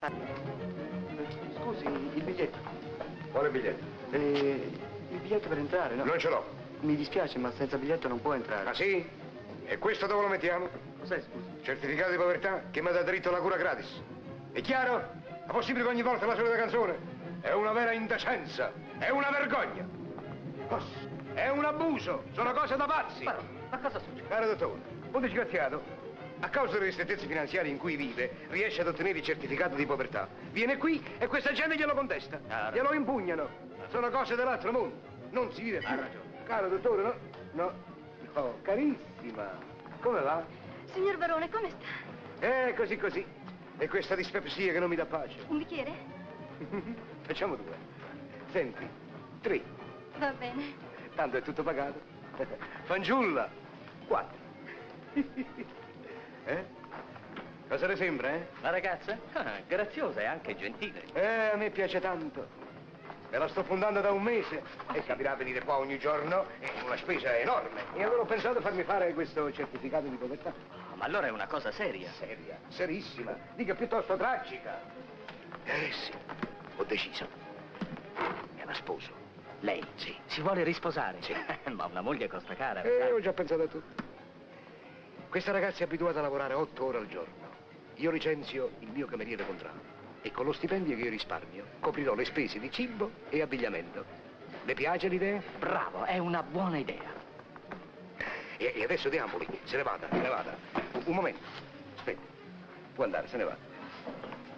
Scusi, il biglietto. Quale biglietto? Il biglietto per entrare, no? Non ce l'ho. Mi dispiace, ma senza biglietto non può entrare. Ah sì? E questo dove lo mettiamo? Cos'è, scusi? Certificato di povertà che mi dà diritto alla cura gratis. È chiaro? È possibile che ogni volta la solita canzone? È una vera indecenza. È una vergogna. È un abuso. Sono cose da pazzi. Ma cosa succede? Caro dottore, un disgraziato, a causa delle ristrettezze finanziarie in cui vive, riesce ad ottenere il certificato di povertà. Viene qui e questa gente glielo contesta. Glielo impugnano. Sono cose dell'altro mondo. Non si vive più. Ha ragione. Caro dottore, no? No, carissima. Come va? Signor Barone, come sta? Così così. E questa dispepsia che non mi dà pace. Un bicchiere? Facciamo 2. Senti, 3. Va bene. Tanto è tutto pagato. Fanciulla, 4. Cosa le sembra, La ragazza? Graziosa e anche gentile. A me piace tanto. Me la sto fondando da un mese e capirà venire qua ogni giorno, è una spesa enorme. E allora ho pensato a farmi fare questo certificato di povertà. Ma allora è una cosa seria. Seria, serissima, dica piuttosto tragica. Sì, ho deciso. Me la sposo. Lei? Sì. Si vuole risposare? Sì. Ma una moglie costa cara. Ho già pensato a tutto. Questa ragazza è abituata a lavorare 8 ore al giorno. Io licenzio il mio cameriere contrario. E con lo stipendio che io risparmio coprirò le spese di cibo e abbigliamento. Le piace l'idea? Bravo, è una buona idea. E adesso deambuli, se ne vada. Un momento. Aspetti. Può andare, se ne va.